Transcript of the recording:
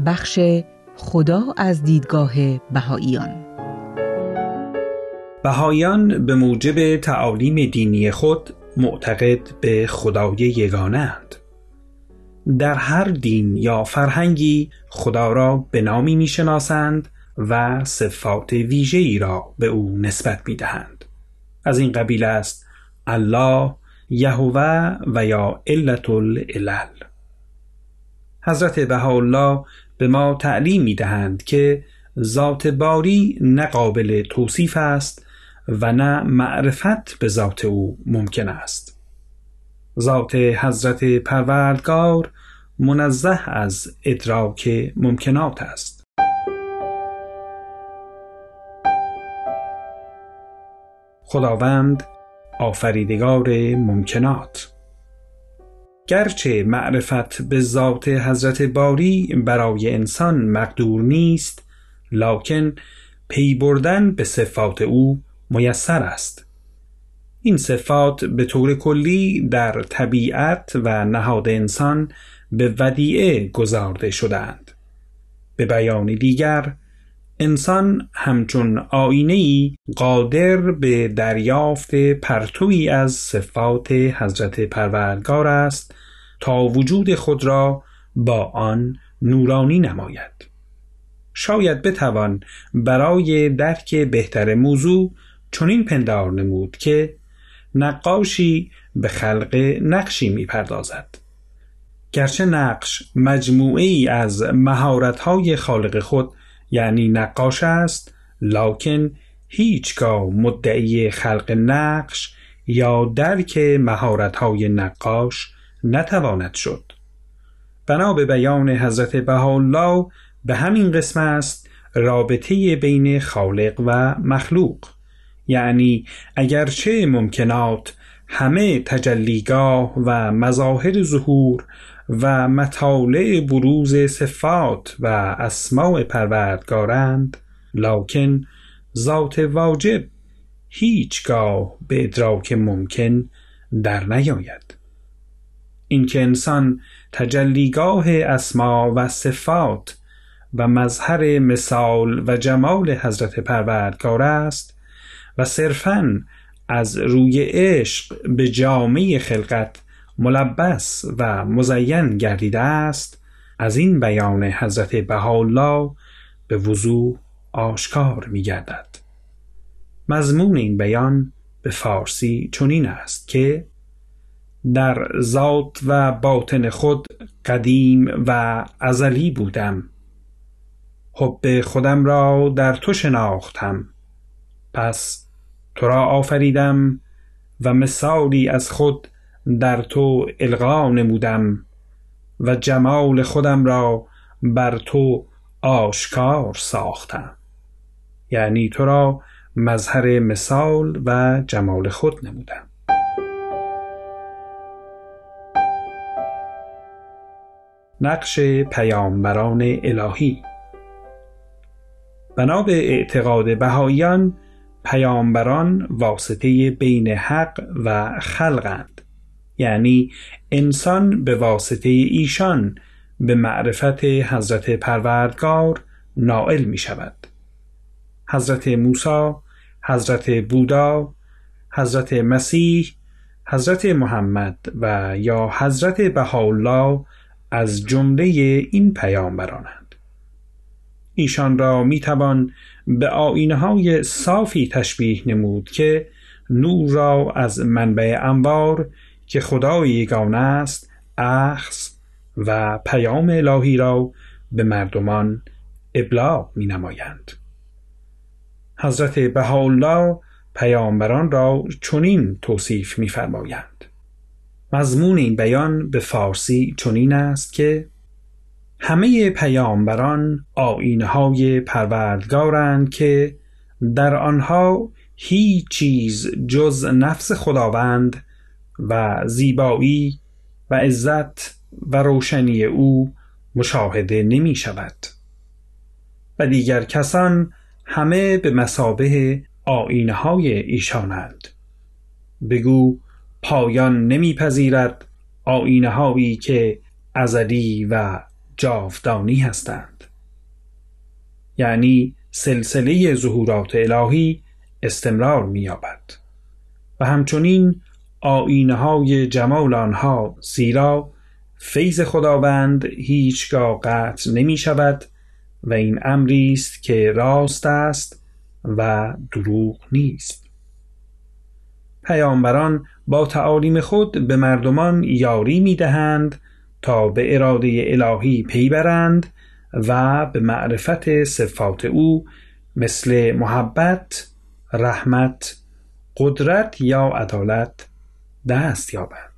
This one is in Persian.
بخش خدا از دیدگاه بهائیان. بهائیان به موجب تعالیم دینی خود معتقد به خدای یگانه اند. در هر دین یا فرهنگی خدا را به نامی می‌شناسند و صفات ویژه‌ای را به او نسبت می‌دهند. از این قبیل است الله، یهوه و یا علت العلل. حضرت بهاءالله به ما تعلیم می‌دهند که ذات باری نه قابل توصیف است و نه معرفت به ذات او ممکن است. ذات حضرت پروردگار منزه از ادراک ممکنات است. خداوند آفریدگار ممکنات. گرچه معرفت به ذات حضرت باری برای انسان مقدور نیست، لکن پی بردن به صفات او میسر است. این صفات به طور کلی در طبیعت و نهاد انسان به ودیعه گذارده شدند. به بیان دیگر، انسان همچون آینه‌ای قادر به دریافت پرتویی از صفات حضرت پروردگار است تا وجود خود را با آن نورانی نماید. شاید بتوان برای درک بهتر موضوع چنین پندار نمود که نقاشی به خلق نقشی می‌پردازد. گرچه نقش مجموعه‌ای از مهارت‌های خالق خود یعنی نقاش است، لکن هیچگاه مدعی خلق نقش یا درک مهارت‌های نقاش نتواند شد. بنا به بیان حضرت بهاءالله به همین قسم است رابطه بین خالق و مخلوق، یعنی اگرچه ممکنات همه تجلیگاه و مظاهر ظهور و مطالع بروز صفات و اسماء پروردگارند، لکن ذات واجب هیچگاه به ادراک ممکن در نیاید. اینکه انسان تجلیگاه اسما و صفات و مظهر مثال و جمال حضرت پروردگار است و صرفاً از روی عشق به جامعه خلقت ملبس و مزین گردیده است، از این بیان حضرت بهاءالله به وضوح آشکار می گردد. مضمون این بیان به فارسی چنین است که در ذات و باطن خود قدیم و ازلی بودم، حب خودم را در تو شناختم، پس تو را آفریدم و مثالی از خود در تو القا نمودم و جمال خودم را بر تو آشکار ساختم. یعنی تو را مظهر مثال و جمال خود نمودم. نقش پیامبران الهی. بنا به اعتقاد بهائیان، پیامبران واسطه بین حق و خلقند، یعنی انسان به واسطه ایشان به معرفت حضرت پروردگار نائل می شود. حضرت موسی، حضرت بودا، حضرت مسیح، حضرت محمد و یا حضرت بهاءالله از جمله این پیامبرانند. ایشان را می توان به آیینه‌های صافی تشبیه نمود که نور را از منبع انوار که خدای یگانه است اخذ و پیام الهی را به مردمان ابلاغ می نمایند. حضرت بهاءالله پیامبران را چنین توصیف می فرمایند. مضمون این بیان به فارسی چنین است که همه پیامبران آیین‌های پروردگارند که در آنها هیچ چیز جز نفس خداوند و زیبایی و عزت و روشنی او مشاهده نمی شود و دیگر کسان همه به مثابه آیین‌های ایشانند. بگو پایان نمیپذیرد آیینه‌هایی که ازلی و جاودانی هستند. یعنی سلسله ظهورات الهی استمرار می‌یابد و همچنین آیینه‌های جمال آنها، زیرا فیض خداوند هیچگاه قطع نمی‌شود و این امری است که راست است و دروغ نیست. پیامبران با تعالیم خود به مردمان یاری می‌دهند تا به اراده الهی پی برند و به معرفت صفات او مثل محبت، رحمت، قدرت یا عدالت دست یابند.